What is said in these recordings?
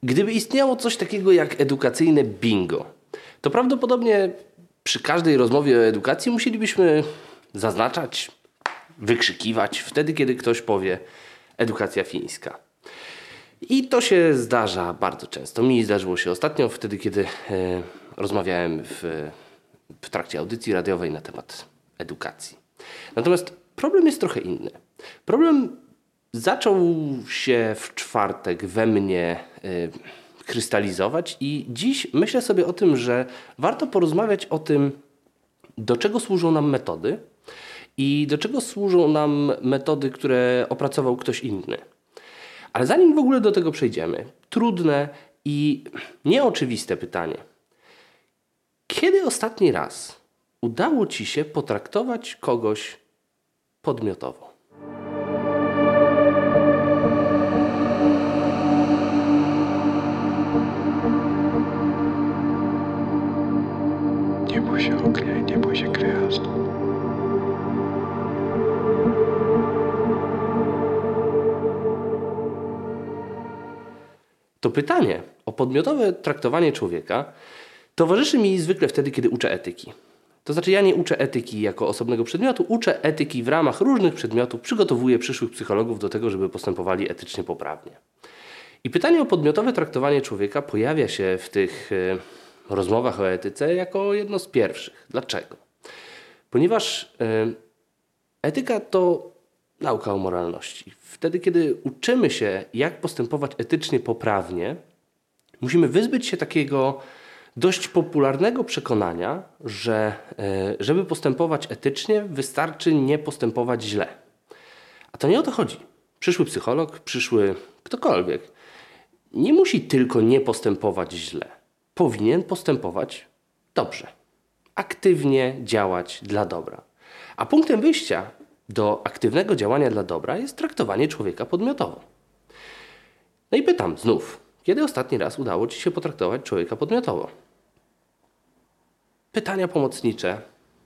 Gdyby istniało coś takiego jak edukacyjne bingo, to prawdopodobnie przy każdej rozmowie o edukacji musielibyśmy zaznaczać, wykrzykiwać wtedy, kiedy ktoś powie edukacja fińska. I to się zdarza bardzo często. Mi zdarzyło się ostatnio wtedy, kiedy rozmawiałem w trakcie audycji radiowej na temat edukacji. Natomiast problem jest trochę inny. Problem zaczął się w czwartek we mnie krystalizować i dziś myślę sobie o tym, że warto porozmawiać o tym, do czego służą nam metody i do czego służą nam metody, które opracował ktoś inny. Ale zanim w ogóle do tego przejdziemy, trudne i nieoczywiste pytanie. Kiedy ostatni raz udało Ci się potraktować kogoś podmiotowo? Nie bój się ognia i nie bój się gwiazd. To pytanie o podmiotowe traktowanie człowieka towarzyszy mi zwykle wtedy, kiedy uczę etyki. To znaczy ja nie uczę etyki jako osobnego przedmiotu, uczę etyki w ramach różnych przedmiotów, przygotowuję przyszłych psychologów do tego, żeby postępowali etycznie poprawnie. I pytanie o podmiotowe traktowanie człowieka pojawia się w tych rozmowach o etyce jako jedno z pierwszych. Dlaczego? Ponieważ etyka to nauka o moralności. Wtedy, kiedy uczymy się, jak postępować etycznie poprawnie, musimy wyzbyć się takiego dość popularnego przekonania, że żeby postępować etycznie, wystarczy nie postępować źle. A to nie o to chodzi. Przyszły psycholog, przyszły ktokolwiek nie musi tylko nie postępować źle. Powinien postępować dobrze. Aktywnie działać dla dobra. A punktem wyjścia do aktywnego działania dla dobra jest traktowanie człowieka podmiotowo. No i pytam znów, kiedy ostatni raz udało Ci się potraktować człowieka podmiotowo? Pytania pomocnicze.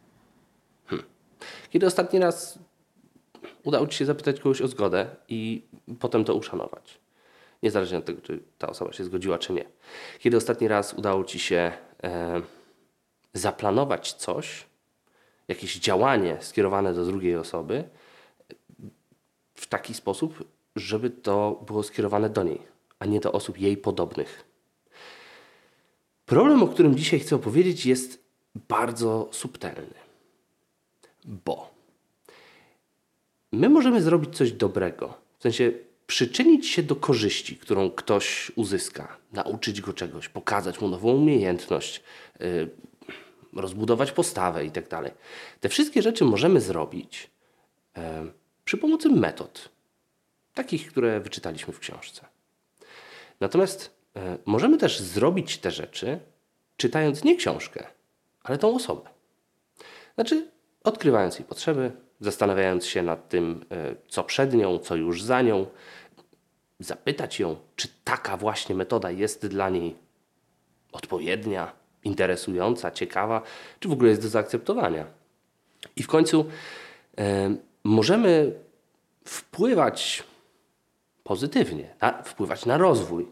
Kiedy ostatni raz udało Ci się zapytać kogoś o zgodę i potem to uszanować? Niezależnie od tego, czy ta osoba się zgodziła, czy nie. Kiedy ostatni raz udało Ci się zaplanować coś, jakieś działanie skierowane do drugiej osoby w taki sposób, żeby to było skierowane do niej, a nie do osób jej podobnych. Problem, o którym dzisiaj chcę opowiedzieć, jest bardzo subtelny. Bo my możemy zrobić coś dobrego, w sensie przyczynić się do korzyści, którą ktoś uzyska, nauczyć go czegoś, pokazać mu nową umiejętność, rozbudować postawę i tak dalej. Te wszystkie rzeczy możemy zrobić przy pomocy metod, takich, które wyczytaliśmy w książce. Natomiast możemy też zrobić te rzeczy, czytając nie książkę, ale tą osobę. Znaczy, odkrywając jej potrzeby, zastanawiając się nad tym, co przed nią, co już za nią, zapytać ją, czy taka właśnie metoda jest dla niej odpowiednia, interesująca, ciekawa, czy w ogóle jest do zaakceptowania. I w końcu możemy wpływać pozytywnie, wpływać na rozwój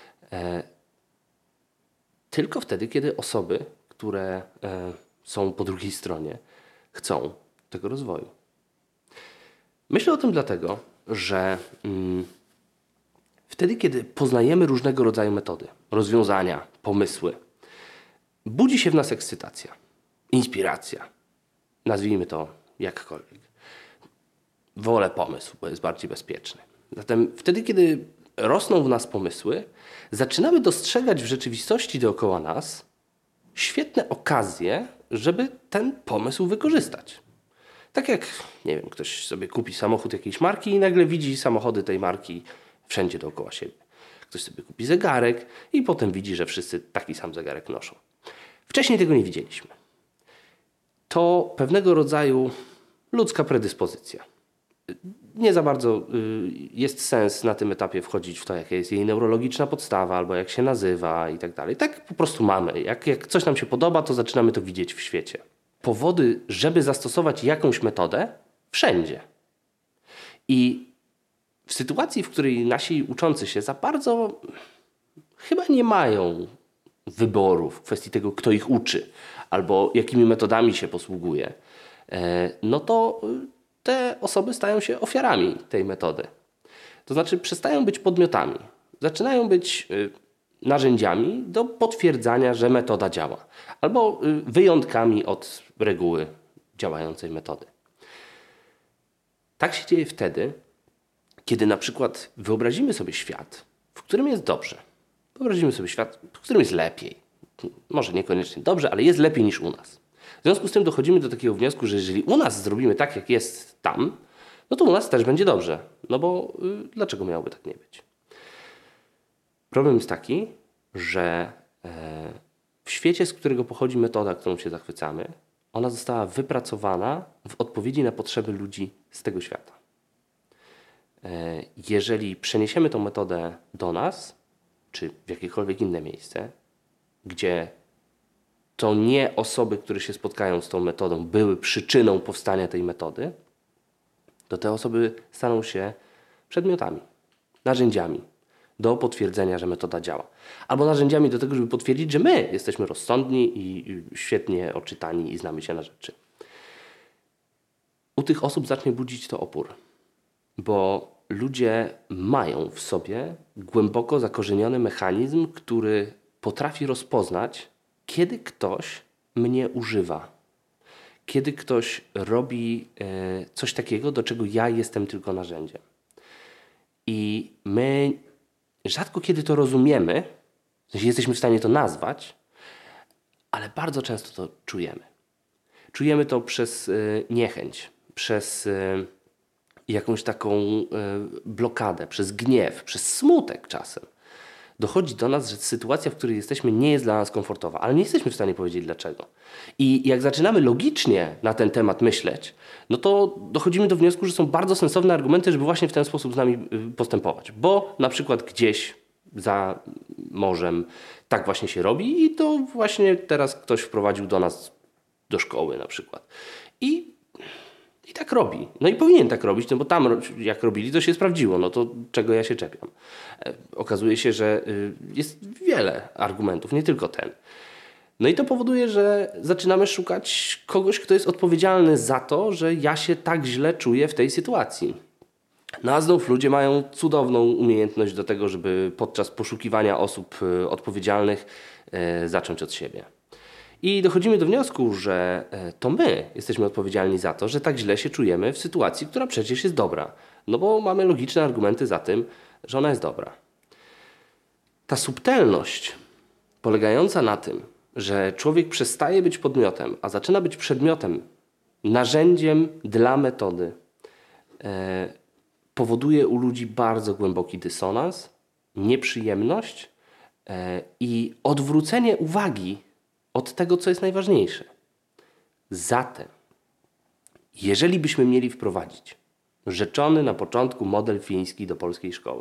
tylko wtedy, kiedy osoby, które są po drugiej stronie, chcą tego rozwoju. Myślę o tym dlatego, że wtedy, kiedy poznajemy różnego rodzaju metody, rozwiązania, pomysły, budzi się w nas ekscytacja, inspiracja. Nazwijmy to jakkolwiek. Wolę pomysł, bo jest bardziej bezpieczny. Zatem wtedy, kiedy rosną w nas pomysły, zaczynamy dostrzegać w rzeczywistości dookoła nas świetne okazje, żeby ten pomysł wykorzystać. Tak jak, nie wiem, ktoś sobie kupi samochód jakiejś marki i nagle widzi samochody tej marki wszędzie dookoła siebie. Ktoś sobie kupi zegarek i potem widzi, że wszyscy taki sam zegarek noszą. Wcześniej tego nie widzieliśmy. To pewnego rodzaju ludzka predyspozycja. Nie za bardzo jest sens na tym etapie wchodzić w to, jaka jest jej neurologiczna podstawa, albo jak się nazywa i tak dalej. Tak po prostu mamy. Jak coś nam się podoba, to zaczynamy to widzieć w świecie. Powody, żeby zastosować jakąś metodę, wszędzie. I w sytuacji, w której nasi uczący się za bardzo chyba nie mają wyboru w kwestii tego, kto ich uczy albo jakimi metodami się posługuje, no to te osoby stają się ofiarami tej metody. To znaczy przestają być podmiotami, zaczynają być narzędziami do potwierdzania, że metoda działa, albo wyjątkami od reguły działającej metody. Tak się dzieje wtedy, kiedy na przykład wyobrazimy sobie świat, w którym jest dobrze. Wyobrazimy sobie świat, w którym jest lepiej. Może niekoniecznie dobrze, ale jest lepiej niż u nas. W związku z tym dochodzimy do takiego wniosku, że jeżeli u nas zrobimy tak, jak jest tam, no to u nas też będzie dobrze. No bo dlaczego miałoby tak nie być? Problem jest taki, że w świecie, z którego pochodzi metoda, którą się zachwycamy, ona została wypracowana w odpowiedzi na potrzeby ludzi z tego świata. Jeżeli przeniesiemy tą metodę do nas, czy w jakiekolwiek inne miejsce, gdzie to nie osoby, które się spotkają z tą metodą, były przyczyną powstania tej metody, to te osoby staną się przedmiotami, narzędziami do potwierdzenia, że metoda działa. Albo narzędziami do tego, żeby potwierdzić, że my jesteśmy rozsądni i świetnie oczytani i znamy się na rzeczy. U tych osób zacznie budzić to opór, bo ludzie mają w sobie głęboko zakorzeniony mechanizm, który potrafi rozpoznać, kiedy ktoś mnie używa. Kiedy ktoś robi coś takiego, do czego ja jestem tylko narzędziem. I my rzadko kiedy to rozumiemy, w sensie jesteśmy w stanie to nazwać, ale bardzo często to czujemy. Czujemy to przez niechęć, przez jakąś taką blokadę, przez gniew, przez smutek czasem. Dochodzi do nas, że sytuacja, w której jesteśmy, nie jest dla nas komfortowa, ale nie jesteśmy w stanie powiedzieć dlaczego. I jak zaczynamy logicznie na ten temat myśleć, no to dochodzimy do wniosku, że są bardzo sensowne argumenty, żeby właśnie w ten sposób z nami postępować. Bo na przykład gdzieś za morzem tak właśnie się robi i to właśnie teraz ktoś wprowadził do nas do szkoły na przykład. I tak robi. No i powinien tak robić, no bo tam jak robili, to się sprawdziło. No to czego ja się czepiam? Okazuje się, że jest wiele argumentów, nie tylko ten. No i to powoduje, że zaczynamy szukać kogoś, kto jest odpowiedzialny za to, że ja się tak źle czuję w tej sytuacji. No a znów ludzie mają cudowną umiejętność do tego, żeby podczas poszukiwania osób odpowiedzialnych zacząć od siebie. I dochodzimy do wniosku, że to my jesteśmy odpowiedzialni za to, że tak źle się czujemy w sytuacji, która przecież jest dobra. No bo mamy logiczne argumenty za tym, że ona jest dobra. Ta subtelność polegająca na tym, że człowiek przestaje być podmiotem, a zaczyna być przedmiotem, narzędziem dla metody, powoduje u ludzi bardzo głęboki dysonans, nieprzyjemność i odwrócenie uwagi od tego, co jest najważniejsze. Zatem, jeżeli byśmy mieli wprowadzić rzeczony na początku model fiński do polskiej szkoły,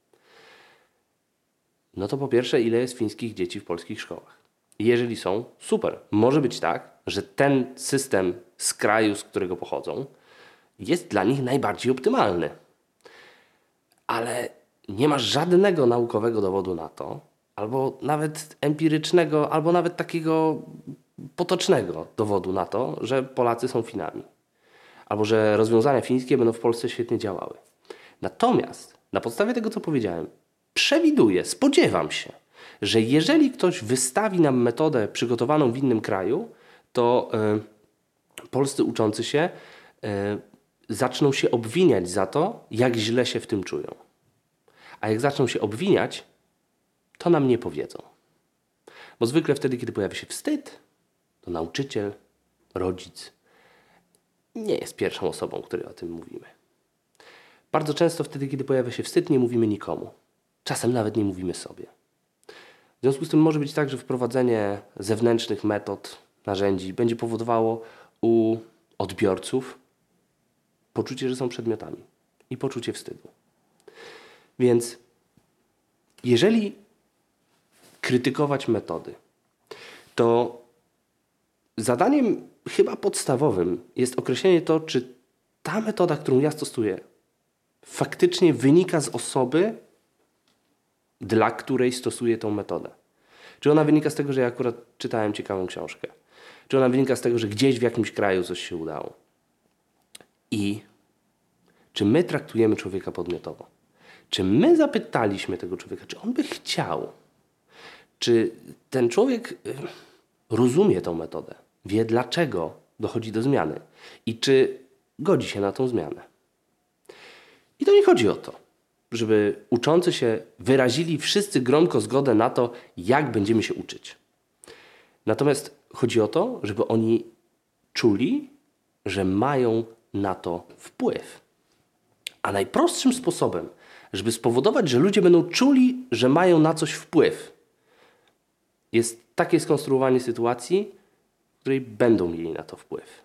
no to po pierwsze, ile jest fińskich dzieci w polskich szkołach? Jeżeli są, super. Może być tak, że ten system z kraju, z którego pochodzą, jest dla nich najbardziej optymalny. Ale nie ma żadnego naukowego dowodu na to, albo nawet empirycznego, albo nawet takiego potocznego dowodu na to, że Polacy są Finami. Albo że rozwiązania fińskie będą w Polsce świetnie działały. Natomiast na podstawie tego, co powiedziałem, przewiduję, spodziewam się, że jeżeli ktoś wystawi nam metodę przygotowaną w innym kraju, to polscy uczący się zaczną się obwiniać za to, jak źle się w tym czują. A jak zaczną się obwiniać, to nam nie powiedzą. Bo zwykle wtedy, kiedy pojawia się wstyd, to nauczyciel, rodzic nie jest pierwszą osobą, której o tym mówimy. Bardzo często wtedy, kiedy pojawia się wstyd, nie mówimy nikomu. Czasem nawet nie mówimy sobie. W związku z tym może być tak, że wprowadzenie zewnętrznych metod, narzędzi będzie powodowało u odbiorców poczucie, że są przedmiotami i poczucie wstydu. Więc jeżeli krytykować metody, to zadaniem chyba podstawowym jest określenie to, czy ta metoda, którą ja stosuję, faktycznie wynika z osoby, dla której stosuję tą metodę. Czy ona wynika z tego, że ja akurat czytałem ciekawą książkę? Czy ona wynika z tego, że gdzieś w jakimś kraju coś się udało? I czy my traktujemy człowieka podmiotowo? Czy my zapytaliśmy tego człowieka, czy on by chciał? Czy ten człowiek rozumie tą metodę? Wie, dlaczego dochodzi do zmiany? I czy godzi się na tą zmianę? I to nie chodzi o to, żeby uczący się wyrazili wszyscy gromko zgodę na to, jak będziemy się uczyć. Natomiast chodzi o to, żeby oni czuli, że mają na to wpływ. A najprostszym sposobem, żeby spowodować, że ludzie będą czuli, że mają na coś wpływ, jest takie skonstruowanie sytuacji, w której będą mieli na to wpływ.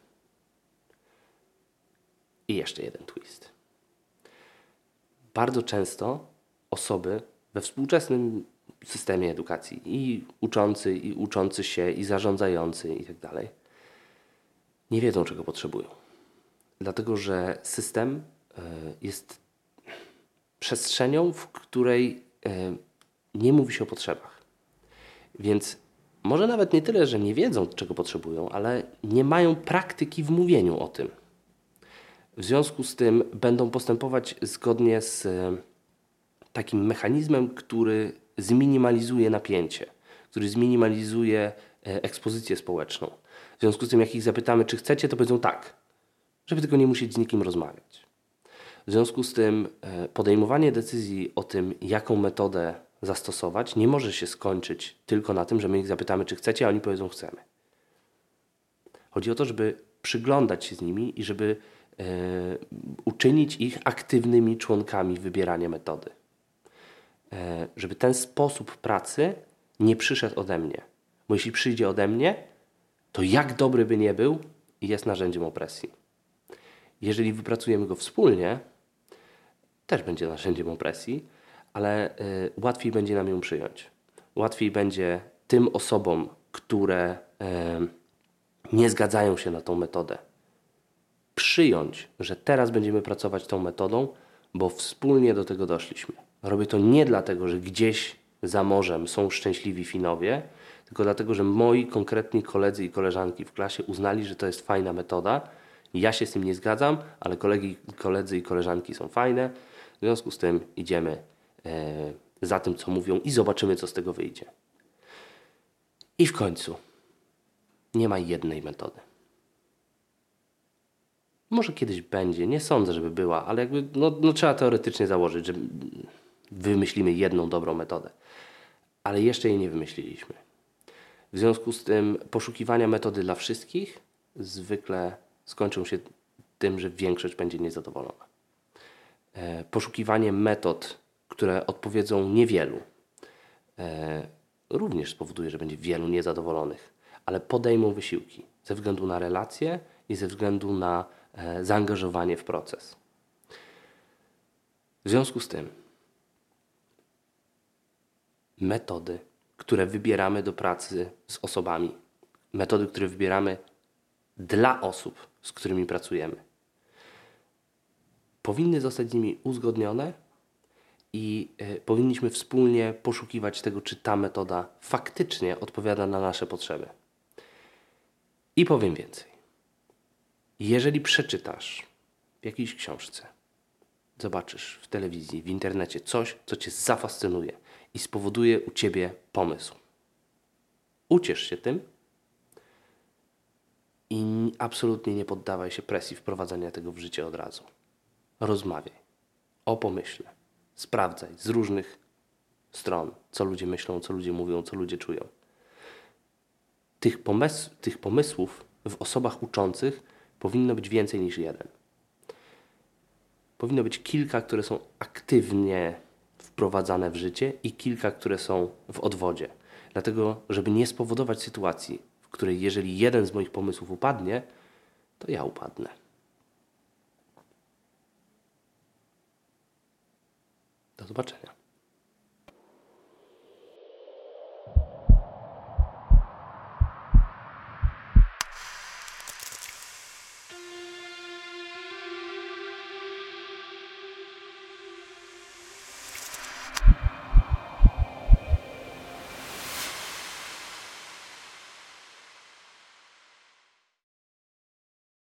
I jeszcze jeden twist. Bardzo często osoby we współczesnym systemie edukacji, i uczący się, i zarządzający, i tak dalej, nie wiedzą, czego potrzebują. Dlatego, że system jest przestrzenią, w której nie mówi się o potrzebach. Więc może nawet nie tyle, że nie wiedzą, czego potrzebują, ale nie mają praktyki w mówieniu o tym. W związku z tym będą postępować zgodnie z takim mechanizmem, który zminimalizuje napięcie, który zminimalizuje ekspozycję społeczną. W związku z tym, jak ich zapytamy, czy chcecie, to powiedzą tak, żeby tylko nie musieć z nikim rozmawiać. W związku z tym podejmowanie decyzji o tym, jaką metodę zastosować, nie może się skończyć tylko na tym, że my ich zapytamy, czy chcecie, a oni powiedzą, chcemy. Chodzi o to, żeby przyglądać się z nimi i żeby uczynić ich aktywnymi członkami wybierania metody. Żeby ten sposób pracy nie przyszedł ode mnie. Bo jeśli przyjdzie ode mnie, to jak dobry by nie był, jest narzędziem opresji. Jeżeli wypracujemy go wspólnie, też będzie narzędziem opresji, ale łatwiej będzie nam ją przyjąć. Łatwiej będzie tym osobom, które nie zgadzają się na tą metodę, przyjąć, że teraz będziemy pracować tą metodą, bo wspólnie do tego doszliśmy. Robię to nie dlatego, że gdzieś za morzem są szczęśliwi Finowie, tylko dlatego, że moi konkretni koledzy i koleżanki w klasie uznali, że to jest fajna metoda. Ja się z tym nie zgadzam, ale koledzy i koleżanki są fajne. W związku z tym idziemy za tym, co mówią i zobaczymy, co z tego wyjdzie. I w końcu nie ma jednej metody. Może kiedyś będzie, nie sądzę, żeby była, ale jakby trzeba teoretycznie założyć, że wymyślimy jedną dobrą metodę. Ale jeszcze jej nie wymyśliliśmy. W związku z tym poszukiwania metody dla wszystkich zwykle skończą się tym, że większość będzie niezadowolona. Poszukiwanie metod, które odpowiedzą niewielu, również spowoduje, że będzie wielu niezadowolonych, ale podejmą wysiłki ze względu na relacje i ze względu na zaangażowanie w proces. W związku z tym metody, które wybieramy do pracy z osobami, metody, które wybieramy dla osób, z którymi pracujemy, powinny zostać z nimi uzgodnione i powinniśmy wspólnie poszukiwać tego, czy ta metoda faktycznie odpowiada na nasze potrzeby. I powiem więcej. Jeżeli przeczytasz w jakiejś książce, zobaczysz w telewizji, w internecie coś, co Cię zafascynuje i spowoduje u Ciebie pomysł, uciesz się tym i absolutnie nie poddawaj się presji wprowadzania tego w życie od razu. Rozmawiaj o pomyśle, sprawdzaj z różnych stron, co ludzie myślą, co ludzie mówią, co ludzie czują. Tych pomysłów w osobach uczących powinno być więcej niż jeden. Powinno być kilka, które są aktywnie wprowadzane w życie i kilka, które są w odwodzie. Dlatego, żeby nie spowodować sytuacji, w której jeżeli jeden z moich pomysłów upadnie, to ja upadnę. Do zobaczenia.